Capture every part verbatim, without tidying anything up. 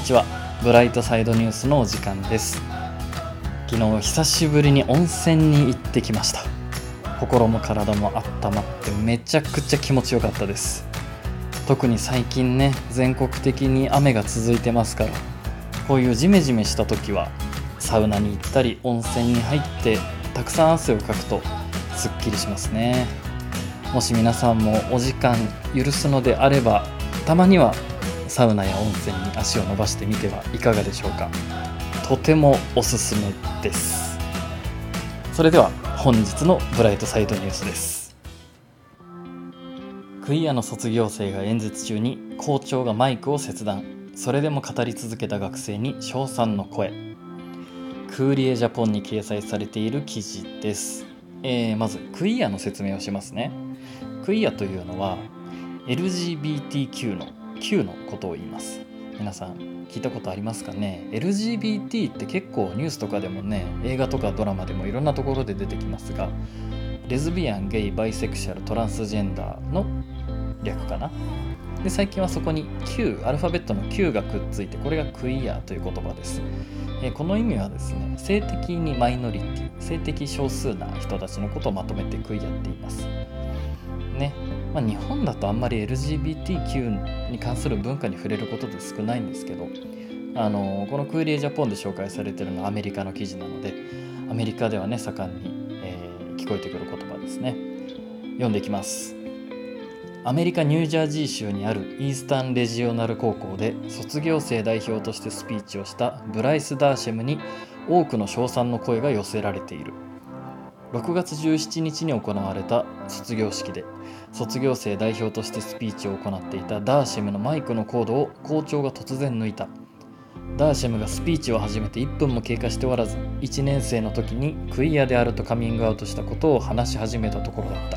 ちは。ブライトサイドニュースのお時間です。昨日久しぶりに温泉に行ってきました。心も体も温まってめちゃくちゃ気持ちよかったです。特に最近ね、全国的に雨が続いてますから、こういうジメジメした時はサウナに行ったり温泉に入ってたくさん汗をかくとすっきりしますね。もし皆さんもお時間許すのであれば、たまにはサウナや温泉に足を伸ばしてみてはいかがでしょうか。とてもおすすめです。それでは本日のブライトサイドニュースです。クイアの卒業生が演説中に校長がマイクを切断。それでも語り続けた学生に称賛の声。クーリエジャポンに掲載されている記事です。えー、まずクイアの説明をしますね。クイアというのは エルジービーティーキュー の Q のことを言います。皆さん聞いたことありますかね。 エルジービーティー って結構ニュースとかでもね、映画とかドラマでもいろんなところで出てきますが、レズビアン、ゲイ、バイセクシャル、トランスジェンダーの略かな。で最近はそこに Q、 アルファベットの Q がくっついて、これがクイアという言葉です。えー、この意味はですね、性的にマイノリティ、性的少数な人たちのことをまとめてクイアって言いますね。まあ、日本だとあんまり エルジービーティーキュー に関する文化に触れることって少ないんですけど、あのこのクーリエジャポンで紹介されているのはアメリカの記事なので、アメリカではね盛んに、えー、聞こえてくる言葉ですね。読んでいきます。アメリカ・ニュージャージー州にあるイースタン・レジオナル高校で卒業生代表としてスピーチをしたブライス・ダーシェムに多くの称賛の声が寄せられている。ろくがつじゅうしちにちに行われた卒業式で卒業生代表としてスピーチを行っていたダーシェムのマイクのコードを校長が突然抜いた。ダーシェムがスピーチを始めていっぷんも経過しておらず、いちねん生の時にクイアであるとカミングアウトしたことを話し始めたところだった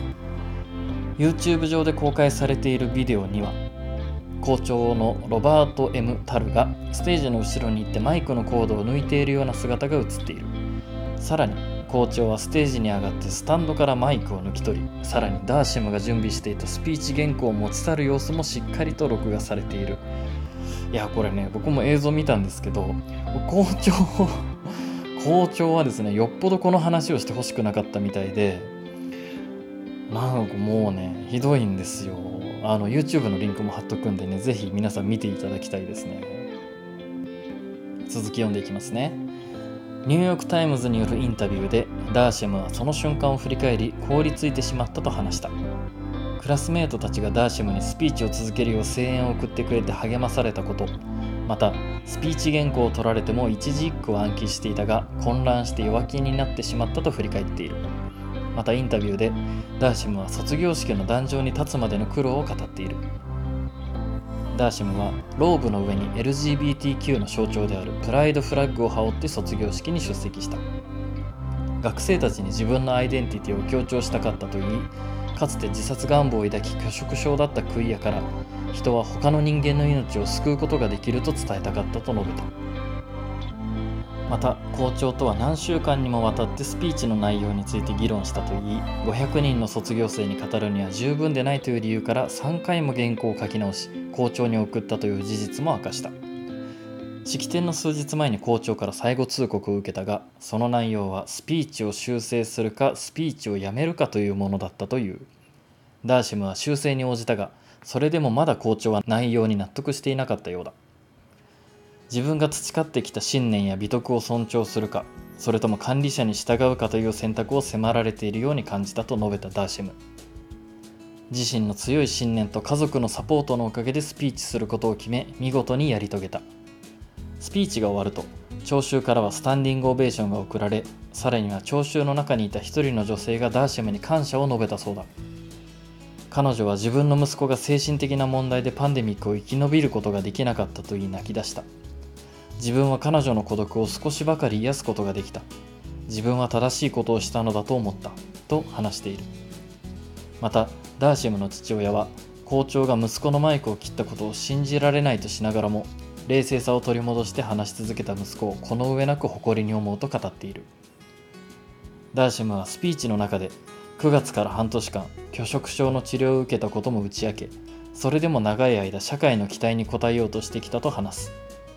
。YouTube 上で公開されているビデオには、校長のロバート エム タルがステージの後ろに行ってマイクのコードを抜いているような姿が映っている。さらに校長はステージに上がってスタンドからマイクを抜き取り、さらにダーシェムが準備していたスピーチ原稿を持ち去る様子もしっかりと録画されている。いやこれね、僕も映像見たんですけど、校長校長はですね、よっぽどこの話をしてほしくなかったみたいで、なんかもうねひどいんですよ。あの YouTube のリンクも貼っとくんでね、ぜひ皆さん見ていただきたいですね。続き読んでいきますね。ニューヨークタイムズによるインタビューでダーシェムはその瞬間を振り返り、凍りついてしまったと話した。クラスメートたちがダーシェムにスピーチを続けるよう声援を送ってくれて励まされたこと、またスピーチ原稿を取られても一字一句を暗記していたが混乱して弱気になってしまったと振り返っている。またインタビューでダーシムは卒業式の壇上に立つまでの苦労を語っている。ダーシムはローブの上に エルジービーティーキュー の象徴であるプライドフラッグを羽織って卒業式に出席した。学生たちに自分のアイデンティティを強調したかったといい、かつて自殺願望を抱き拒食症だったクイアから人は他の人間の命を救うことができると伝えたかったと述べた。また校長とは何週間にもわたってスピーチの内容について議論したといい、ごひゃくにんの卒業生に語るには十分でないという理由からさんかいも原稿を書き直し校長に送ったという事実も明かした。式典の数日前に校長から最後通告を受けたが、その内容はスピーチを修正するかスピーチをやめるかというものだったという。ダーシムは修正に応じたが、それでもまだ校長は内容に納得していなかったようだ。自分が培ってきた信念や美徳を尊重するか、それとも管理者に従うかという選択を迫られているように感じたと述べたダーシェム。自身の強い信念と家族のサポートのおかげでスピーチすることを決め、見事にやり遂げた。スピーチが終わると聴衆からはスタンディングオベーションが送られ、さらには聴衆の中にいた一人の女性がダーシェムに感謝を述べたそうだ。彼女は自分の息子が精神的な問題でパンデミックを生き延びることができなかったと言い泣き出した。自分は彼女の孤独を少しばかり癒すことができた。自分は正しいことをしたのだと思ったと話している。またダーシェムの父親は校長が息子のマイクを切ったことを信じられないとしながらも、冷静さを取り戻して話し続けた息子をこの上なく誇りに思うと語っている。ダーシェムはスピーチの中でくがつから半年間拒食症の治療を受けたことも打ち明け、それでも長い間社会の期待に応えようとしてきたと話す。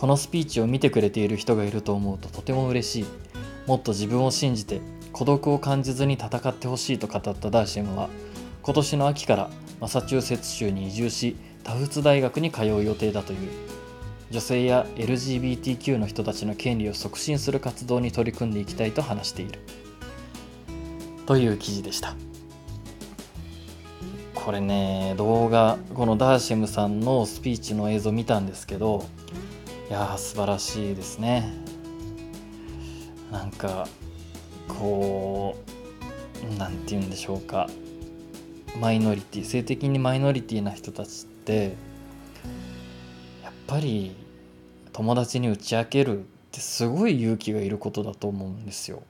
このスピーチを見てくれている人がいると思うととても嬉しい。もっと自分を信じて孤独を感じずに戦ってほしいと語ったダーシムは、今年の秋からマサチューセッツ州に移住し、タフツ大学に通う予定だという。女性や エルジービーティーキュー の人たちの権利を促進する活動に取り組んでいきたいと話しているという記事でした。これね、動画、このダーシムさんのスピーチの映像見たんですけど、いやー素晴らしいですね。なんかこう、なんて言うんでしょうか、マイノリティ、性的にマイノリティな人たちってやっぱり友達に打ち明けるってすごい勇気がいることだと思うんですよ。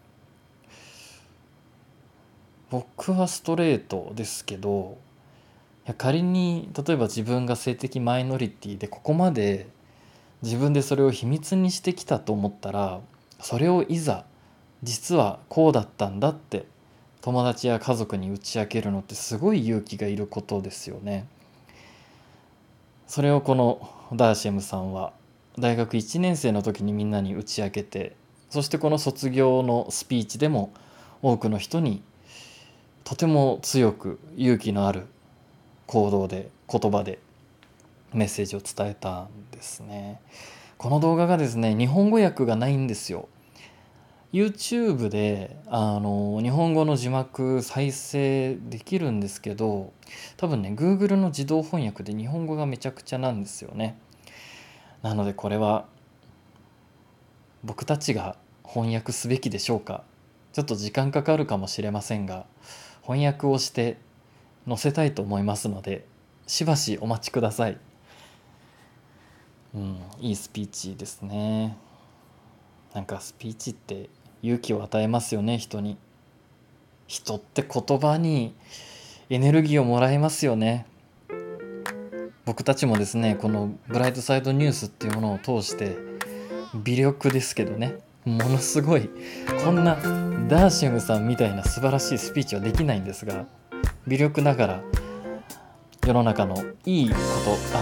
僕はストレートですけど、いや仮に例えば自分が性的マイノリティでここまで自分でそれを秘密にしてきたと思ったら、それをいざ実はこうだったんだって友達や家族に打ち明けるのってすごい勇気がいることですよね。それをこのダーシェムさんは大学いちねん生の時にみんなに打ち明けて、そしてこの卒業のスピーチでも多くの人にとても強く勇気のある行動で言葉でメッセージを伝えたんですね。この動画がですね、日本語訳がないんですよ。YouTube であの日本語の字幕再生できるんですけど、多分ね Google の自動翻訳で日本語がめちゃくちゃなんですよね。なのでこれは僕たちが翻訳すべきでしょうか。ちょっと時間かかるかもしれませんが、翻訳をして載せたいと思いますので、しばしお待ちください。うん、いいスピーチですね。なんかスピーチって勇気を与えますよね、人に。人って言葉にエネルギーをもらえますよね。僕たちもですね、このブライトサイドニュースっていうものを通して、微力ですけどね、ものすごいこんなダーシムさんみたいな素晴らしいスピーチはできないんですが、微力ながら世の中のいいこと、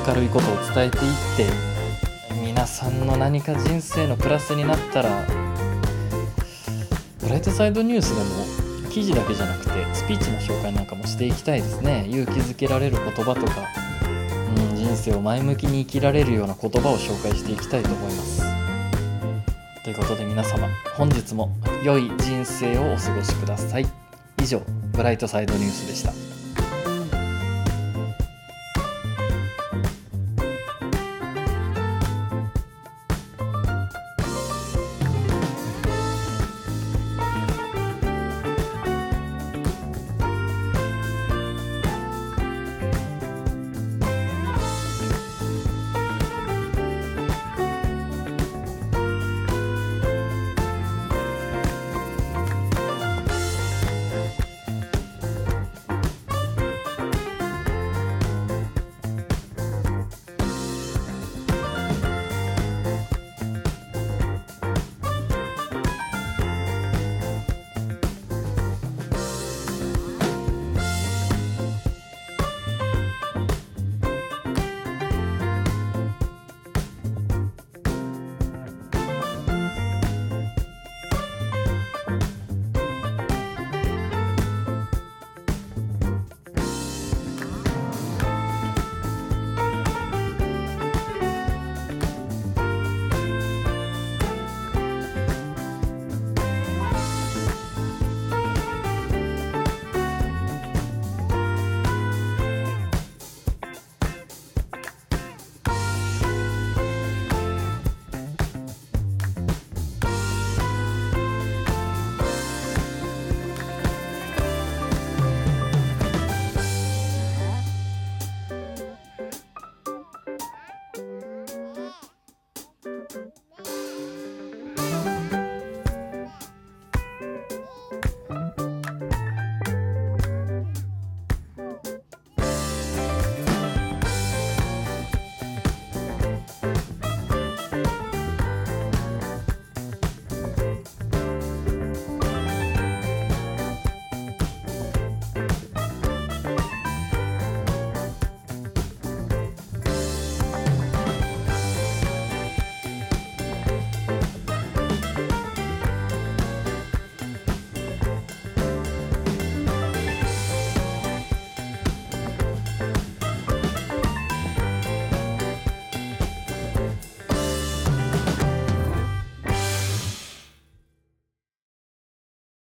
明るいことを伝えていって、皆さんの何か人生のプラスになったら、ブライトサイドニュースでも記事だけじゃなくてスピーチの紹介なんかもしていきたいですね。勇気づけられる言葉とか、うん、人生を前向きに生きられるような言葉を紹介していきたいと思います。ということで皆様、本日も良い人生をお過ごしください。以上、ブライトサイドニュースでした。